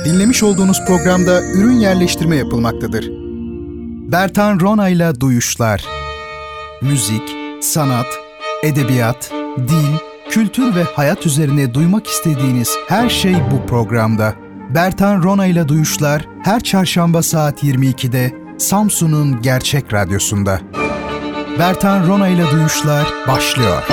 Dinlemiş olduğunuz programda ürün yerleştirme yapılmaktadır. Bertan Ronay'la Duyuşlar. Müzik, sanat, edebiyat, dil, kültür ve hayat üzerine duymak istediğiniz her şey bu programda. Bertan Ronay'la Duyuşlar her çarşamba saat 22'de Samsun'un Gerçek Radyosu'nda. Bertan Ronay'la Duyuşlar başlıyor.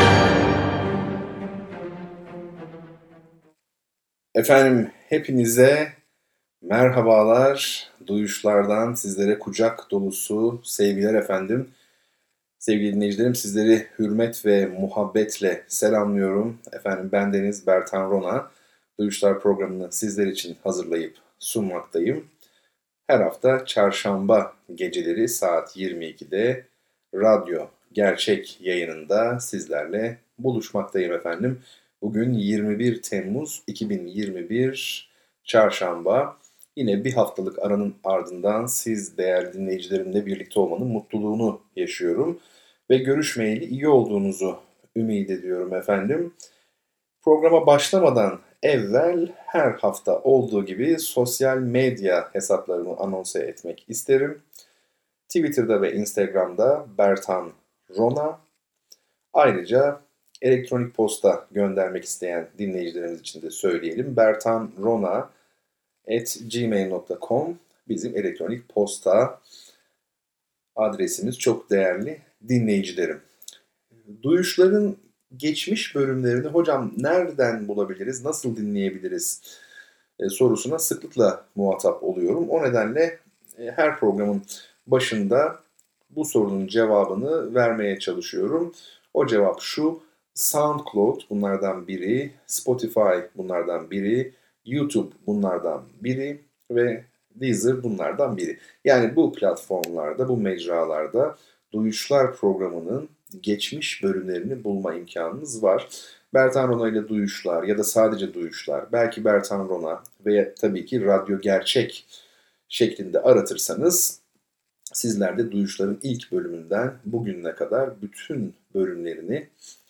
Efendim hepinize merhabalar, Duyuşlardan sizlere kucak dolusu sevgiler efendim. Sevgili dinleyicilerim, sizleri hürmet ve muhabbetle selamlıyorum. Efendim bendeniz Bertan Rona, Duyuşlar programını sizler için hazırlayıp sunmaktayım. Her hafta çarşamba geceleri saat 22'de Radyo Gerçek yayınında sizlerle buluşmaktayım efendim. Bugün 21 Temmuz 2021 Çarşamba. Yine bir haftalık aranın ardından siz değerli dinleyicilerimle birlikte olmanın mutluluğunu yaşıyorum. Ve görüşmeyeli iyi olduğunuzu ümit ediyorum efendim. Programa başlamadan evvel her hafta olduğu gibi sosyal medya hesaplarımı anonse etmek isterim. Twitter'da ve Instagram'da Bertan Rona. Ayrıca elektronik posta göndermek isteyen dinleyicilerimiz için de söyleyelim. bertanrona@gmail.com bizim elektronik posta adresimiz, çok değerli dinleyicilerim. Duyuşların geçmiş bölümlerini hocam nereden bulabiliriz, nasıl dinleyebiliriz sorusuna sıklıkla muhatap oluyorum. O nedenle her programın başında bu sorunun cevabını vermeye çalışıyorum. O cevap şu: SoundCloud bunlardan biri, Spotify bunlardan biri, YouTube bunlardan biri ve Deezer bunlardan biri. Yani bu platformlarda, bu mecralarda Duyuşlar programının geçmiş bölümlerini bulma imkanınız var. Bertan Rona ile Duyuşlar ya da sadece Duyuşlar, belki Bertan Rona ve tabii ki Radyo Gerçek şeklinde aratırsanız sizler de Duyuşların ilk bölümünden bugüne kadar bütün bölümlerini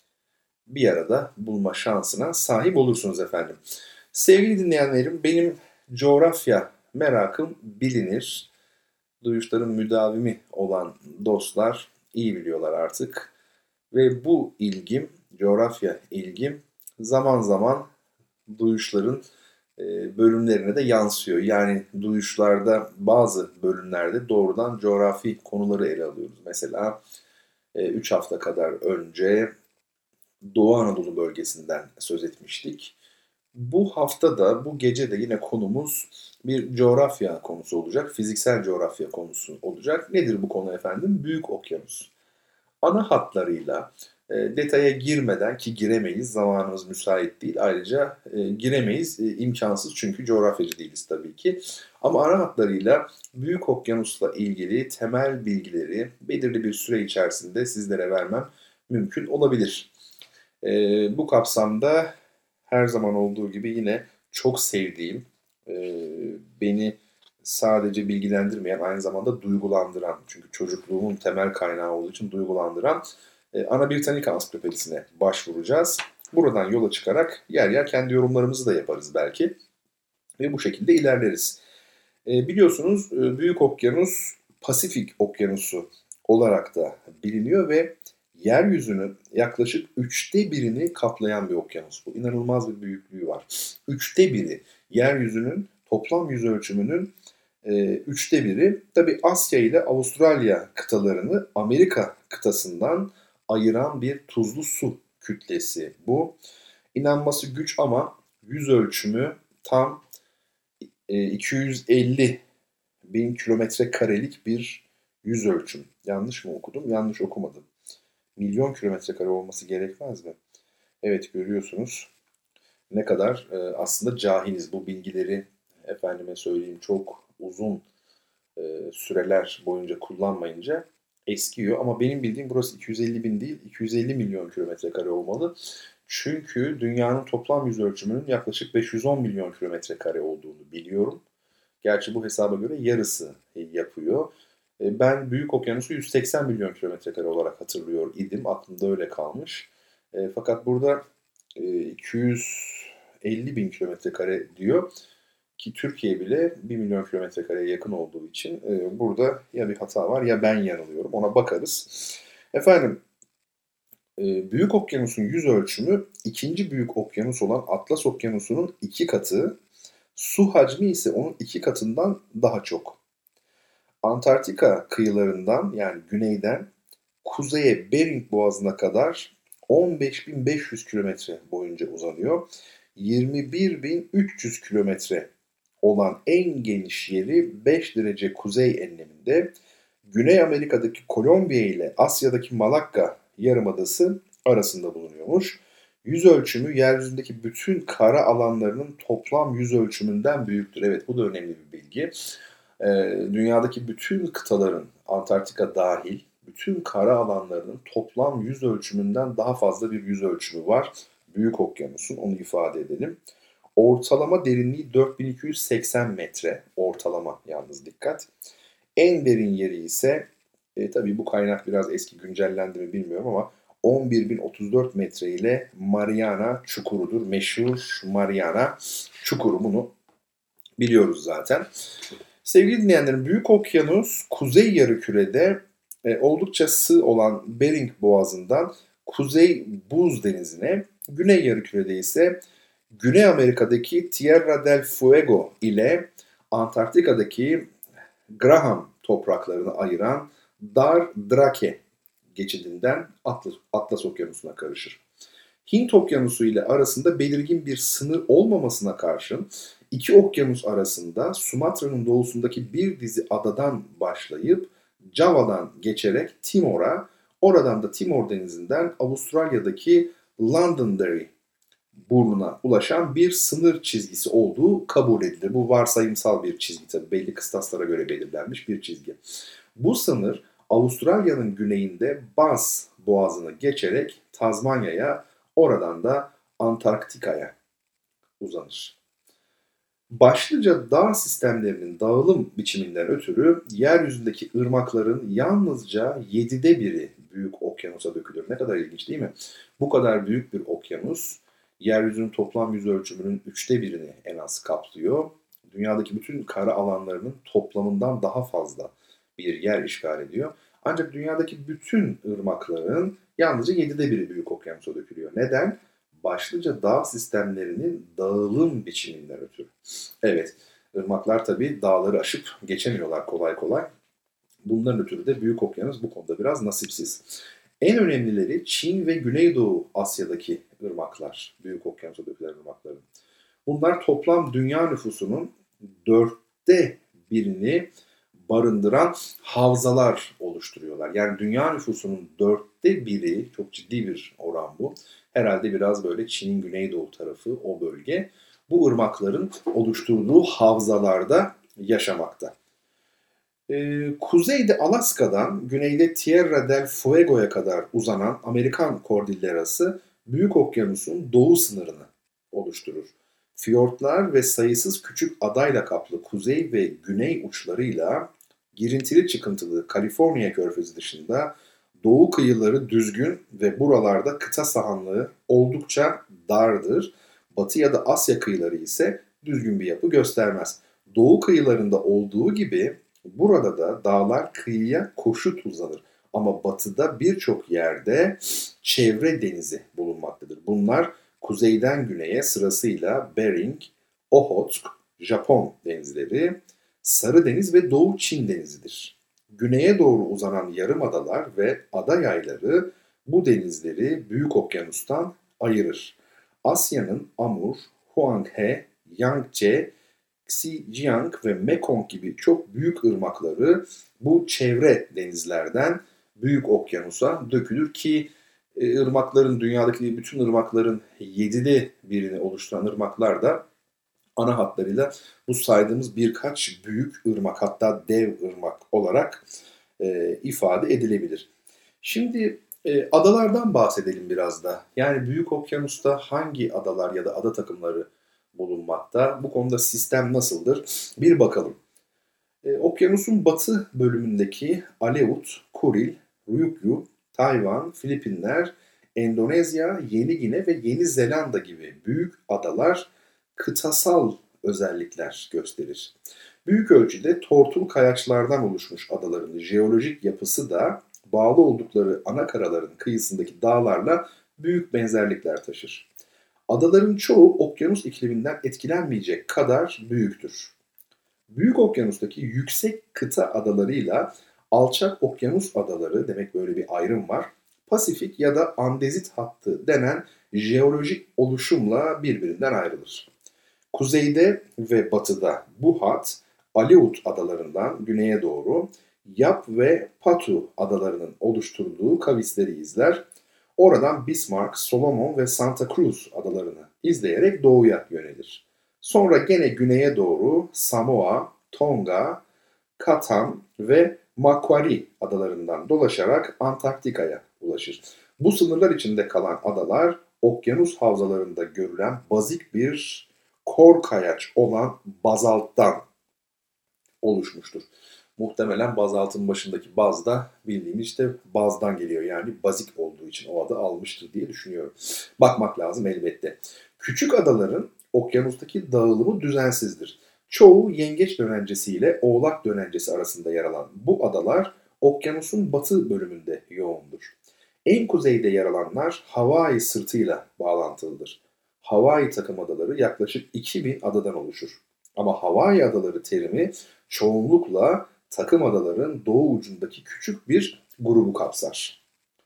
bir arada bulma şansına sahip olursunuz efendim. Sevgili dinleyenlerim, benim coğrafya merakım bilinir. Duyuşların müdavimi olan dostlar iyi biliyorlar artık. Ve bu ilgim, coğrafya ilgim zaman zaman Duyuşların bölümlerine de yansıyor. Yani Duyuşlarda bazı bölümlerde doğrudan coğrafi konuları ele alıyoruz. Mesela 3 hafta kadar önce Doğu Anadolu bölgesinden söz etmiştik. Bu hafta da, bu gece de yine konumuz bir coğrafya konusu olacak. Fiziksel coğrafya konusu olacak. Nedir bu konu efendim? Büyük Okyanus. Ana hatlarıyla detaya girmeden, ki giremeyiz, zamanımız müsait değil. Ayrıca giremeyiz, imkansız, çünkü coğrafyacı değiliz tabii ki. Ama ana hatlarıyla Büyük Okyanus'la ilgili temel bilgileri belirli bir süre içerisinde sizlere vermem mümkün olabilir. Bu kapsamda her zaman olduğu gibi yine çok sevdiğim, beni sadece bilgilendirmeyen, aynı zamanda duygulandıran, çünkü çocukluğumun temel kaynağı olduğu için duygulandıran Anabritannika Ansiklopedisine başvuracağız. Buradan yola çıkarak yer yer kendi yorumlarımızı da yaparız belki ve bu şekilde ilerleriz. Biliyorsunuz Büyük Okyanus Pasifik Okyanusu olarak da biliniyor ve yeryüzünün yaklaşık 1/3'ünü kaplayan bir okyanus bu. İnanılmaz bir büyüklüğü var. 1/3, yeryüzünün toplam yüz ölçümünün 1/3. Tabii Asya ile Avustralya kıtalarını Amerika kıtasından ayıran bir tuzlu su kütlesi bu. İnanması güç ama yüz ölçümü tam 250 bin kilometre karelik bir yüz ölçüm. Yanlış mı okudum? Yanlış okumadım. Milyon kilometre kare olması gerekmez mi? Evet, görüyorsunuz ne kadar aslında cahiliz. Bu bilgileri efendime söyleyeyim çok uzun süreler boyunca kullanmayınca eskiyor. Ama benim bildiğim burası 250 bin değil, 250 milyon kilometre kare olmalı. Çünkü dünyanın toplam yüz ölçümünün yaklaşık 510 milyon kilometre kare olduğunu biliyorum. Gerçi bu hesaba göre yarısı yapıyor. Ben Büyük Okyanus'u 180 milyon kilometre kare olarak hatırlıyor idim. Aklımda öyle kalmış. Fakat burada 250 bin kilometre kare diyor. Ki Türkiye bile 1 milyon kilometre kareye yakın olduğu için burada ya bir hata var ya ben yanılıyorum. Ona bakarız. Efendim, Büyük Okyanus'un yüz ölçümü ikinci büyük okyanus olan Atlas Okyanusu'nun 2 katı, su hacmi ise onun 2 katından daha çok. Antarktika kıyılarından yani güneyden kuzeye Bering Boğazı'na kadar 15.500 kilometre boyunca uzanıyor. 21.300 kilometre olan en geniş yeri 5 derece kuzey enleminde, Güney Amerika'daki Kolombiya ile Asya'daki Malakka Yarımadası arasında bulunuyormuş. Yüz ölçümü yeryüzündeki bütün kara alanlarının toplam yüz ölçümünden büyüktür. Evet, bu da önemli bir bilgi. Dünyadaki bütün kıtaların, Antarktika dahil, bütün kara alanlarının toplam yüz ölçümünden daha fazla bir yüz ölçümü var. Büyük Okyanus'un, onu ifade edelim. Ortalama derinliği 4280 metre. Ortalama, yalnız dikkat. En derin yeri ise, tabii bu kaynak biraz eski, güncellendi mi bilmiyorum ama 11.034 metre ile Mariana Çukuru'dur. Meşhur Mariana Çukuru, bunu biliyoruz zaten. Sevgili dinleyenlerim, Büyük Okyanus kuzey yarımkürede oldukça sığ olan Bering Boğazı'ndan Kuzey Buz Denizi'ne, güney yarımkürede ise Güney Amerika'daki Tierra del Fuego ile Antarktika'daki Graham topraklarını ayıran Dar Drake geçidinden Atlas Okyanusu'na karışır. Hint Okyanusu ile arasında belirgin bir sınır olmamasına karşın iki okyanus arasında Sumatra'nın doğusundaki bir dizi adadan başlayıp Java'dan geçerek Timor'a, oradan da Timor Denizi'nden Avustralya'daki Londonderry burnuna ulaşan bir sınır çizgisi olduğu kabul edilir. Bu varsayımsal bir çizgi, tabii belli kıstaslara göre belirlenmiş bir çizgi. Bu sınır Avustralya'nın güneyinde Bass Boğazı'nı geçerek Tazmanya'ya, oradan da Antarktika'ya uzanır. Başlıca dağ sistemlerinin dağılım biçiminden ötürü yeryüzündeki ırmakların yalnızca 7'de biri Büyük Okyanus'a dökülür. Ne kadar ilginç değil mi? Bu kadar büyük bir okyanus yeryüzünün toplam yüz ölçümünün 3'te birini en az kaplıyor. Dünyadaki bütün kara alanlarının toplamından daha fazla bir yer işgal ediyor. Ancak dünyadaki bütün ırmakların yalnızca 7'de biri Büyük Okyanus'a dökülüyor. Neden? Başlıca dağ sistemlerinin dağılım biçiminden ötürü. Evet, ırmaklar tabii dağları aşıp geçemiyorlar kolay kolay. Bundan ötürü de Büyük Okyanus bu konuda biraz nasipsiz. En önemlileri Çin ve Güneydoğu Asya'daki ırmaklar, Büyük Okyanus'a dökülen ırmakların. Bunlar toplam dünya nüfusunun 4'te birini barındıran havzalar oluşturuyorlar. Yani dünya nüfusunun 4'te biri, çok ciddi bir oran bu. Herhalde biraz böyle Çin'in güneydoğu tarafı, o bölge, bu ırmakların oluşturduğu havzalarda yaşamakta. Kuzeyde Alaska'dan güneyde Tierra del Fuego'ya kadar uzanan Amerikan Kordillerası Büyük Okyanus'un doğu sınırını oluşturur. Fiyortlar ve sayısız küçük adayla kaplı kuzey ve güney uçlarıyla girintili çıkıntılı Kaliforniya Körfezi dışında doğu kıyıları düzgün ve buralarda kıta sahanlığı oldukça dardır. Batı ya da Asya kıyıları ise düzgün bir yapı göstermez. Doğu kıyılarında olduğu gibi burada da dağlar kıyıya koşut uzanır. Ama batıda birçok yerde çevre denizi bulunmaktadır. Bunlar kuzeyden güneye sırasıyla Bering, Ohotsk, Japon denizleri, Sarı Deniz ve Doğu Çin Denizi'dir. Güneye doğru uzanan yarımadalar ve ada yayları bu denizleri Büyük Okyanus'tan ayırır. Asya'nın Amur, Huanghe, Yangtze, Xinjiang ve Mekong gibi çok büyük ırmakları bu çevre denizlerden Büyük Okyanus'a dökülür ki ırmakların, dünyadaki bütün ırmakların 7'de birini oluşturan ırmaklar da ana hatlarıyla bu saydığımız birkaç büyük ırmak, hatta dev ırmak olarak ifade edilebilir. Şimdi adalardan bahsedelim biraz da. Yani Büyük Okyanus'ta hangi adalar ya da ada takımları bulunmakta? Bu konuda sistem nasıldır? Bir bakalım. Okyanusun batı bölümündeki Aleut, Kuril, Ryukyu, Tayvan, Filipinler, Endonezya, Yeni Gine ve Yeni Zelanda gibi büyük adalar kıtasal özellikler gösterir. Büyük ölçüde tortul kayaçlardan oluşmuş adaların jeolojik yapısı da bağlı oldukları ana karaların kıyısındaki dağlarla büyük benzerlikler taşır. Adaların çoğu okyanus ikliminden etkilenmeyecek kadar büyüktür. Büyük okyanustaki yüksek kıta adalarıyla alçak okyanus adaları, demek böyle bir ayrım var, Pasifik ya da andezit hattı denen jeolojik oluşumla birbirinden ayrılır. Kuzeyde ve batıda bu hat Aleut adalarından güneye doğru Yap ve Patu adalarının oluşturduğu kavisleri izler. Oradan Bismarck, Solomon ve Santa Cruz adalarını izleyerek doğuya yönelir. Sonra gene güneye doğru Samoa, Tonga, Katam ve Macquarie adalarından dolaşarak Antarktika'ya ulaşır. Bu sınırlar içinde kalan adalar okyanus havzalarında görülen bazik bir kor kayaç olan bazalttan oluşmuştur. Muhtemelen bazaltın başındaki baz da bildiğimiz işte bazdan geliyor. Yani bazik olduğu için o adı almıştır diye düşünüyorum. Bakmak lazım elbette. Küçük adaların okyanustaki dağılımı düzensizdir. Çoğu yengeç dönencesi ile oğlak dönencesi arasında yer alan bu adalar okyanusun batı bölümünde yoğundur. En kuzeyde yer alanlar Hawaii sırtıyla bağlantılıdır. Hawaii takım adaları yaklaşık 2000 adadan oluşur. Ama Hawaii adaları terimi çoğunlukla takım adaların doğu ucundaki küçük bir grubu kapsar.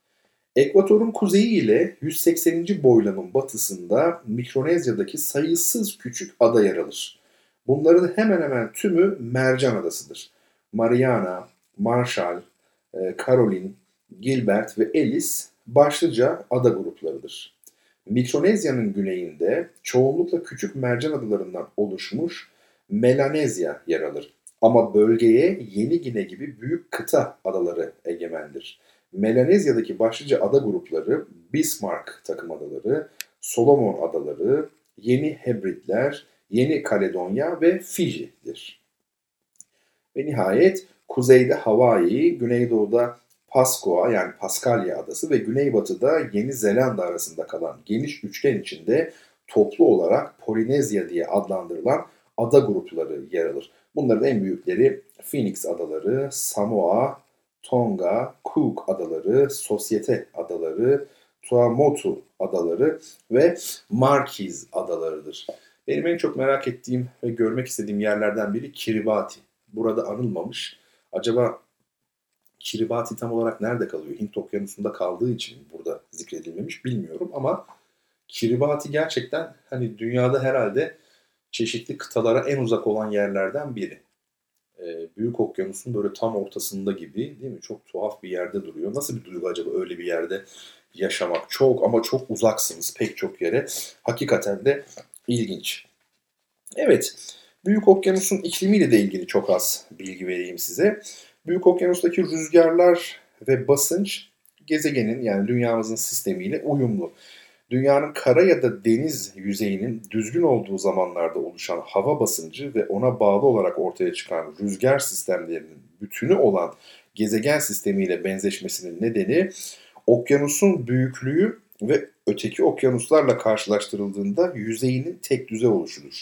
Ekvatorun kuzeyi ile 180. boylamın batısında Mikronezya'daki sayısız küçük ada yer alır. Bunların hemen hemen tümü mercan adasıdır. Mariana, Marshall, Caroline, Gilbert ve Ellice başlıca ada gruplarıdır. Mikronezya'nın güneyinde çoğunlukla küçük mercan adalarından oluşmuş Melanezya yer alır. Ama bölgeye Yeni Gine gibi büyük kıta adaları egemendir. Melanezya'daki başlıca ada grupları Bismarck takım adaları, Solomon adaları, Yeni Hebridler, Yeni Kaledonya ve Fiji'dir. Ve nihayet kuzeyde Hawaii, güneydoğuda Pascua yani Paskalya adası ve güneybatıda Yeni Zelanda arasında kalan geniş üçgen içinde toplu olarak Polinezya diye adlandırılan ada grupları yer alır. Bunların en büyükleri Phoenix adaları, Samoa, Tonga, Cook adaları, Societe adaları, Tuamotu adaları ve Marquise adalarıdır. Benim en çok merak ettiğim ve görmek istediğim yerlerden biri Kiribati. Burada anılmamış. Acaba Kiribati tam olarak nerede kalıyor? Hint Okyanusu'nda kaldığı için burada zikredilmemiş bilmiyorum ama Kiribati gerçekten hani dünyada herhalde çeşitli kıtalara en uzak olan yerlerden biri. Büyük Okyanus'un böyle tam ortasında gibi, değil mi? Çok tuhaf bir yerde duruyor. Nasıl bir duygu acaba öyle bir yerde yaşamak? Çok ama çok uzaksınız pek çok yere. Hakikaten de ilginç. Evet, Büyük Okyanus'un iklimiyle de ilgili çok az bilgi vereyim size. Büyük Okyanus'taki rüzgarlar ve basınç gezegenin yani dünyamızın sistemiyle uyumlu. Dünyanın kara ya da deniz yüzeyinin düzgün olduğu zamanlarda oluşan hava basıncı ve ona bağlı olarak ortaya çıkan rüzgar sistemlerinin bütünü olan gezegen sistemiyle benzeşmesinin nedeni okyanusun büyüklüğü ve öteki okyanuslarla karşılaştırıldığında yüzeyinin tek düze oluşudur.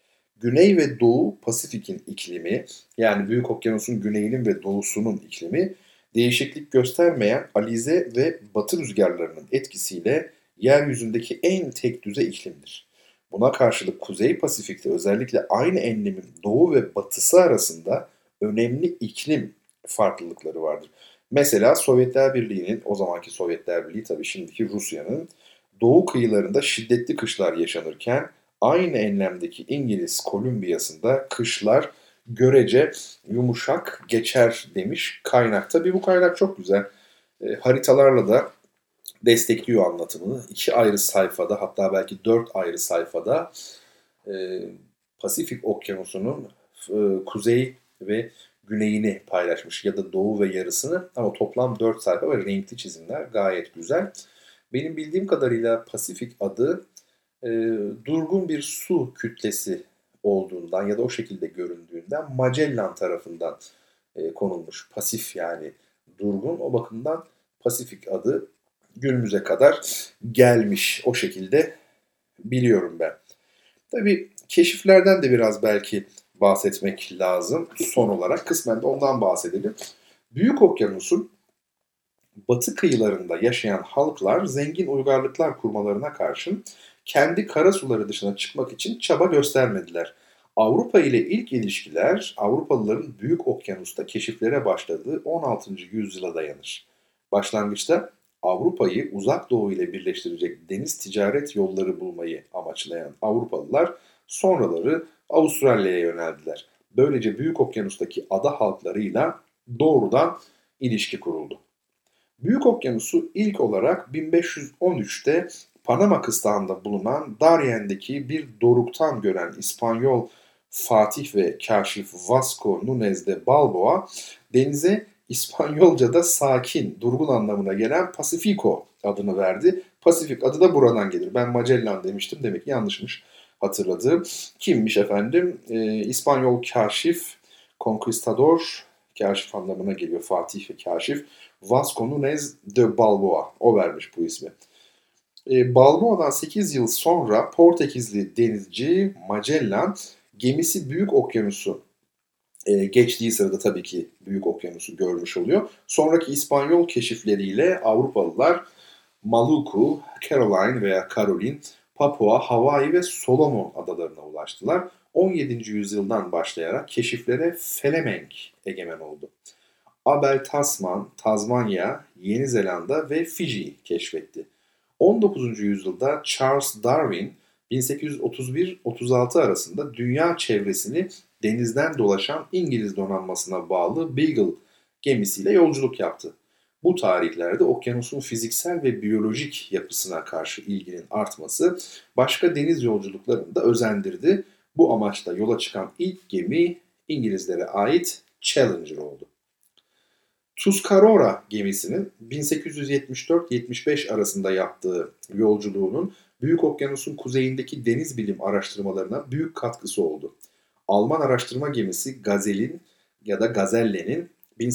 Güney ve Doğu Pasifik'in iklimi, yani Büyük Okyanus'un güneyinin ve doğusunun iklimi, değişiklik göstermeyen alize ve batı rüzgarlarının etkisiyle yeryüzündeki en tek düze iklimdir. Buna karşılık Kuzey Pasifik'te özellikle aynı enlemin doğu ve batısı arasında önemli iklim farklılıkları vardır. Mesela Sovyetler Birliği'nin, o zamanki Sovyetler Birliği tabii şimdiki Rusya'nın doğu kıyılarında şiddetli kışlar yaşanırken aynı enlemdeki İngiliz Kolombiya'sında kışlar görece yumuşak geçer demiş kaynak. Tabii bu kaynak çok güzel. Haritalarla da destekliyor anlatımını. 2 ayrı sayfada, hatta belki 4 ayrı sayfada Pasifik Okyanusu'nun kuzey ve güneyini paylaşmış ya da doğu ve yarısını, ama toplam 4 sayfa ve renkli çizimler gayet güzel. Benim bildiğim kadarıyla Pasifik adı durgun bir su kütlesi olduğundan ya da o şekilde göründüğünden Magellan tarafından konulmuş. Pasif yani durgun, o bakımdan Pasifik adı günümüze kadar gelmiş. O şekilde biliyorum ben. Tabii Keşiflerden de biraz belki bahsetmek lazım. Son olarak kısmen de ondan bahsedelim. Büyük Okyanus'un batı kıyılarında yaşayan halklar zengin uygarlıklar kurmalarına karşın kendi karasuları dışına çıkmak için çaba göstermediler. Avrupa ile ilk ilişkiler Avrupalıların Büyük Okyanus'ta keşiflere başladığı 16. yüzyıla dayanır. Başlangıçta Avrupa'yı Uzak Doğu ile birleştirecek deniz ticaret yolları bulmayı amaçlayan Avrupalılar sonraları Avustralya'ya yöneldiler. Böylece Büyük Okyanus'taki ada halklarıyla doğrudan ilişki kuruldu. Büyük Okyanus'u ilk olarak 1513'te Panama kıstağında bulunan Darien'deki bir doruktan gören İspanyol Fatih ve Kaşif Vasco Núñez de Balboa, denize İspanyolca'da sakin, durgun anlamına gelen Pacifico adını verdi. Pasifik adı da buradan gelir. Ben Magellan demiştim. Demek ki yanlışmış hatırladığım. Kimmiş efendim? İspanyol kaşif, conquistador, kaşif anlamına geliyor. Fatih ve kaşif. Vasco Núñez de Balboa. O vermiş bu ismi. Balboa'dan 8 yıl sonra Portekizli denizci Magellan gemisi Büyük Okyanus'u geçtiği sırada tabii ki Büyük Okyanus'u görmüş oluyor. Sonraki İspanyol keşifleriyle Avrupalılar Maluku, Caroline veya Caroline, Papua, Hawaii ve Solomon adalarına ulaştılar. 17. yüzyıldan başlayarak keşiflere Felemenk egemen oldu. Abel Tasman, Tazmanya, Yeni Zelanda ve Fiji'yi keşfetti. 19. yüzyılda Charles Darwin 1831-36 arasında dünya çevresini denizden dolaşan İngiliz donanmasına bağlı Beagle gemisiyle yolculuk yaptı. Bu tarihlerde okyanusun fiziksel ve biyolojik yapısına karşı ilginin artması başka deniz yolculuklarını da özendirdi. Bu amaçla yola çıkan ilk gemi İngilizlere ait Challenger oldu. Tuscarora gemisinin 1874-75 arasında yaptığı yolculuğunun Büyük Okyanus'un kuzeyindeki deniz bilim araştırmalarına büyük katkısı oldu. Alman araştırma gemisi Gazel'in ya da Gazelle'nin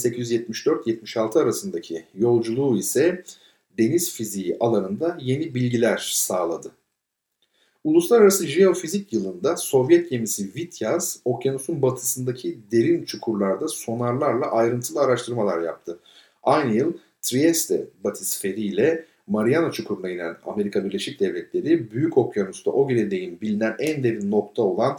1874-76 arasındaki yolculuğu ise deniz fiziği alanında yeni bilgiler sağladı. Uluslararası Jeofizik Yılı'nda Sovyet gemisi Vityaz, okyanusun batısındaki derin çukurlarda sonarlarla ayrıntılı araştırmalar yaptı. Aynı yıl Trieste batisferi ile Mariana Çukuru'na inen Amerika Birleşik Devletleri, Büyük Okyanus'ta o güne değin bilinen en derin nokta olan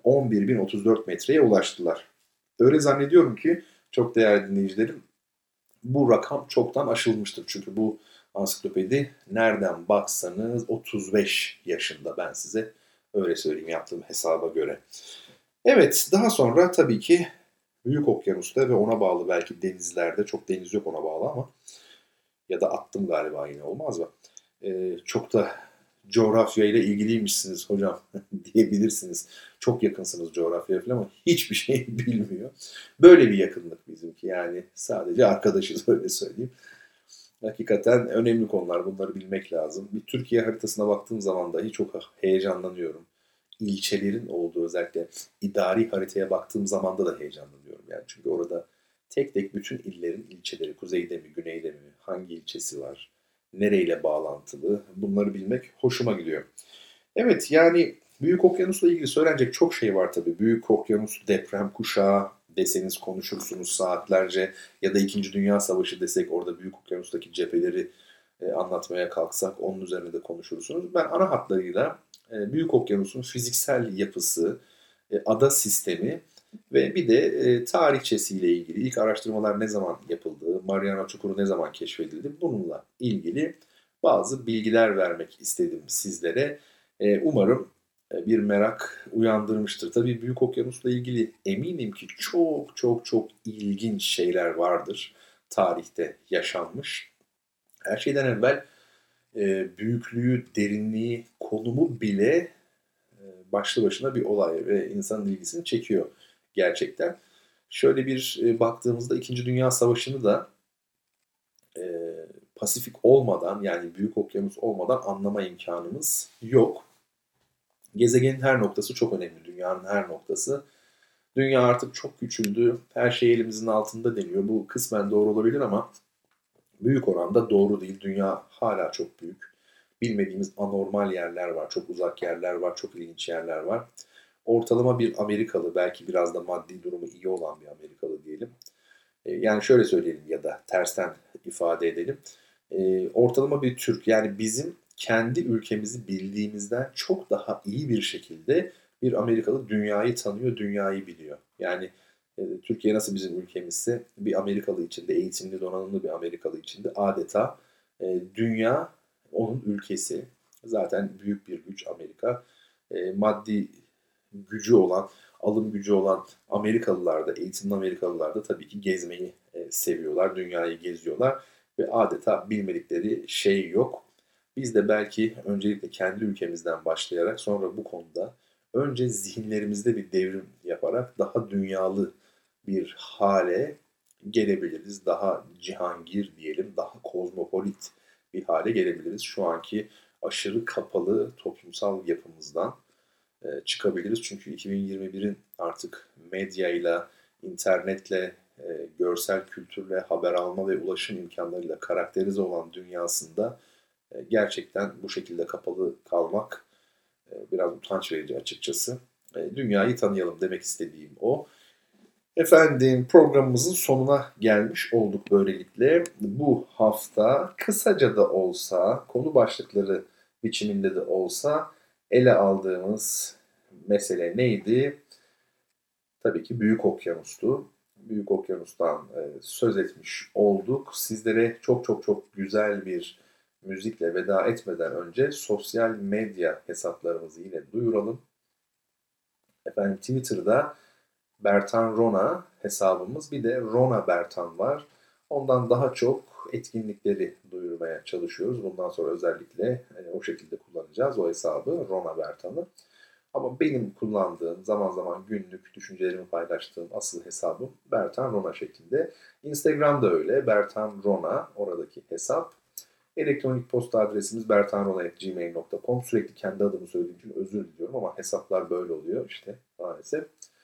11.034 metreye ulaştılar. Öyle zannediyorum ki, çok değerli dinleyicilerim, bu rakam çoktan aşılmıştır. Çünkü bu ansiklopedi nereden baksanız 35 yaşında, ben size öyle söyleyeyim yaptığım hesaba göre. Evet, daha sonra tabii ki Büyük Okyanus'ta ve ona bağlı belki denizlerde, çok deniz yok ona bağlı ama, ya da attım galiba, yine olmaz mı? Çok da coğrafya ile ilgiliymişsiniz hocam diyebilirsiniz. Çok yakınsınız coğrafyaya falan ama hiçbir şey bilmiyor. Böyle bir yakınlık bizimki, yani sadece arkadaşız, öyle söyleyeyim. Hakikaten önemli konular, bunları bilmek lazım. Bir Türkiye haritasına baktığım zaman dahi çok heyecanlanıyorum. İlçelerin olduğu, özellikle idari haritaya baktığım zaman da heyecanlanıyorum. Yani çünkü orada tek tek bütün illerin ilçeleri, kuzeyde mi, güneyde mi, hangi ilçesi var, nereyle bağlantılı, bunları bilmek hoşuma gidiyor. Evet, yani Büyük Okyanus'la ilgili söylenecek çok şey var tabii. Büyük Okyanus deprem kuşağı deseniz konuşursunuz saatlerce, ya da 2. Dünya Savaşı desek, orada Büyük Okyanus'taki cepheleri anlatmaya kalksak onun üzerine de konuşursunuz. Ben ana hatlarıyla Büyük Okyanus'un fiziksel yapısı, ada sistemi ve bir de tarihçesiyle ilgili, ilk araştırmalar ne zaman yapıldı, Mariana Çukuru ne zaman keşfedildi, bununla ilgili bazı bilgiler vermek istedim sizlere. Umarım bir merak uyandırmıştır. Tabii Büyük Okyanus'la ilgili eminim ki çok çok çok ilginç şeyler vardır tarihte yaşanmış. Her şeyden evvel büyüklüğü, derinliği, konumu bile başlı başına bir olay ve insanın ilgisini çekiyor gerçekten. Şöyle bir baktığımızda 2. Dünya Savaşı'nı da Pasifik olmadan, yani Büyük Okyanus olmadan anlama imkanımız yok. Gezegenin her noktası çok önemli, dünyanın her noktası. Dünya artık çok küçüldü, her şey elimizin altında deniyor. Bu kısmen doğru olabilir ama büyük oranda doğru değil. Dünya hala çok büyük. Bilmediğimiz anormal yerler var, çok uzak yerler var, çok ilginç yerler var. ortalama bir Amerikalı, belki biraz da maddi durumu iyi olan bir Amerikalı diyelim. Yani şöyle söyleyelim ya da tersten ifade edelim. Ortalama bir Türk, yani bizim kendi ülkemizi bildiğimizden çok daha iyi bir şekilde bir Amerikalı dünyayı tanıyor, dünyayı biliyor. Yani Türkiye nasıl bizim ülkemizse bir Amerikalı için de, eğitimli, donanımlı bir Amerikalı için de adeta dünya onun ülkesi. Zaten büyük bir güç Amerika. Maddi gücü olan, alım gücü olan Amerikalılar da, eğitimli Amerikalılar da tabii ki gezmeyi seviyorlar, dünyayı geziyorlar ve adeta bilmedikleri şey yok. Biz de belki öncelikle kendi ülkemizden başlayarak sonra bu konuda önce zihinlerimizde bir devrim yaparak daha dünyalı bir hale gelebiliriz. Daha cihangir diyelim, daha kozmopolit bir hale gelebiliriz. Şu anki aşırı kapalı toplumsal yapımızdan çıkabiliriz. Çünkü 2021'in artık medyayla, internetle, görsel kültürle, haber alma ve ulaşım imkanlarıyla karakterize olan dünyasında gerçekten bu şekilde kapalı kalmak biraz utanç verici açıkçası. Dünyayı tanıyalım demek istediğim o. Efendim, programımızın sonuna gelmiş olduk böylelikle. Bu hafta kısaca da olsa, konu başlıkları biçiminde de olsa ele aldığımız mesele neydi? Tabii ki Büyük Okyanus'tu. Büyük Okyanus'tan söz etmiş olduk. Sizlere çok çok çok güzel bir müzikle veda etmeden önce sosyal medya hesaplarımızı yine duyuralım. Efendim, Twitter'da Bertan Rona hesabımız, bir de Rona Bertan var. Ondan daha çok etkinlikleri duyurmaya çalışıyoruz. Bundan sonra özellikle o şekilde kullanacağız o hesabı, Rona Bertan'ı. Ama benim kullandığım, zaman zaman günlük düşüncelerimi paylaştığım asıl hesabım Bertan Rona şeklinde. Instagram'da öyle, Bertan Rona oradaki hesap. Elektronik posta adresimiz bertanrona@gmail.com. Sürekli kendi adımı söylediğim için özür diliyorum ama hesaplar böyle oluyor işte maalesef.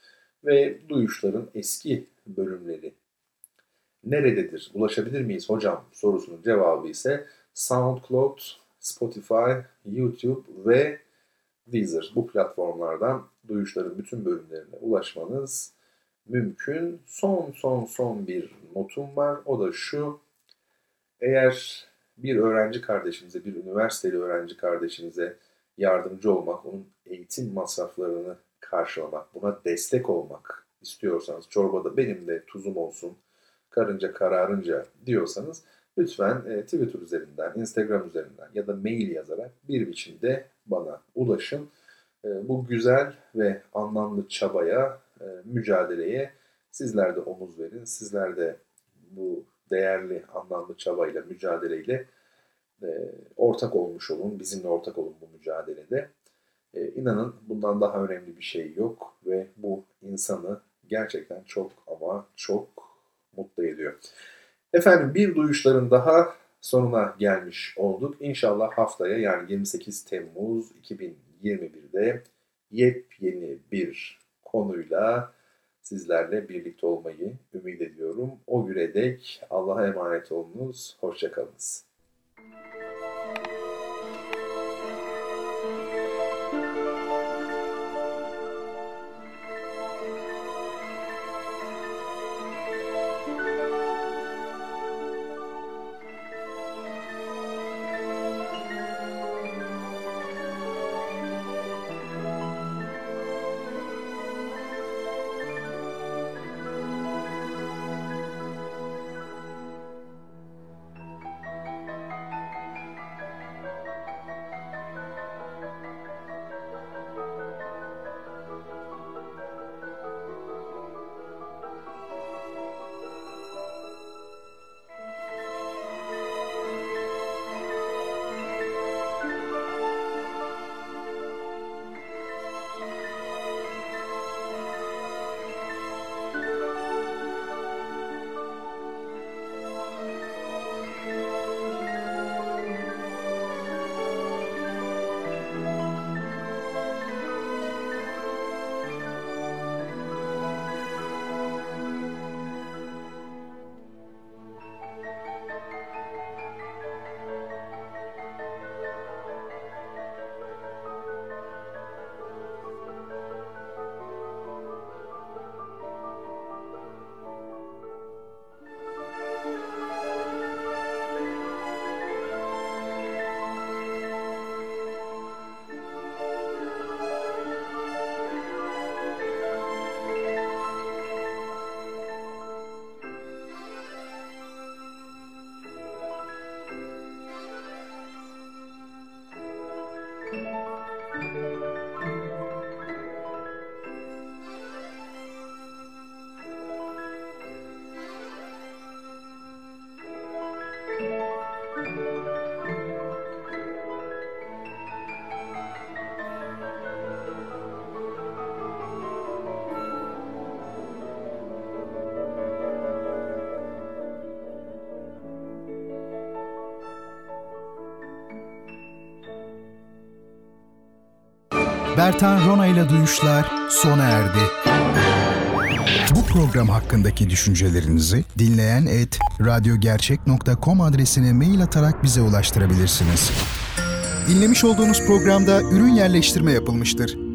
Ve Duyuşlar'ın eski bölümleri nerededir, ulaşabilir miyiz hocam sorusunun cevabı ise SoundCloud, Spotify, YouTube ve Deezer. Bu platformlardan Duyuşlar'ın bütün bölümlerine ulaşmanız mümkün. Son bir notum var. O da şu: eğer bir öğrenci kardeşinize, bir üniversiteli öğrenci kardeşinize yardımcı olmak, onun eğitim masraflarını karşılamak, buna destek olmak istiyorsanız, çorbada benim de tuzum olsun, karınca kararınca diyorsanız, lütfen Twitter üzerinden, Instagram üzerinden ya da mail yazarak bir biçimde bana ulaşın. Bu güzel ve anlamlı çabaya, mücadeleye sizler de omuz verin. Sizler de bu değerli, anlamlı çabayla, mücadeleyle ortak olmuş olun, bizimle ortak olun bu mücadelede. İnanın bundan daha önemli bir şey yok ve bu insanı gerçekten çok ama çok mutlu ediyor. Efendim, bir Duyuşların daha sonuna gelmiş olduk. İnşallah haftaya, yani 28 Temmuz 2021'de yepyeni bir konuyla sizlerle birlikte olmayı ümit ediyorum. O güne dek Allah'a emanet olunuz. Hoşça kalınız. Bertan Rona ile Duyuşlar sona erdi. Bu program hakkındaki düşüncelerinizi dinleyen@radyogercek.com adresine mail atarak bize ulaştırabilirsiniz. Dinlemiş olduğunuz programda ürün yerleştirme yapılmıştır.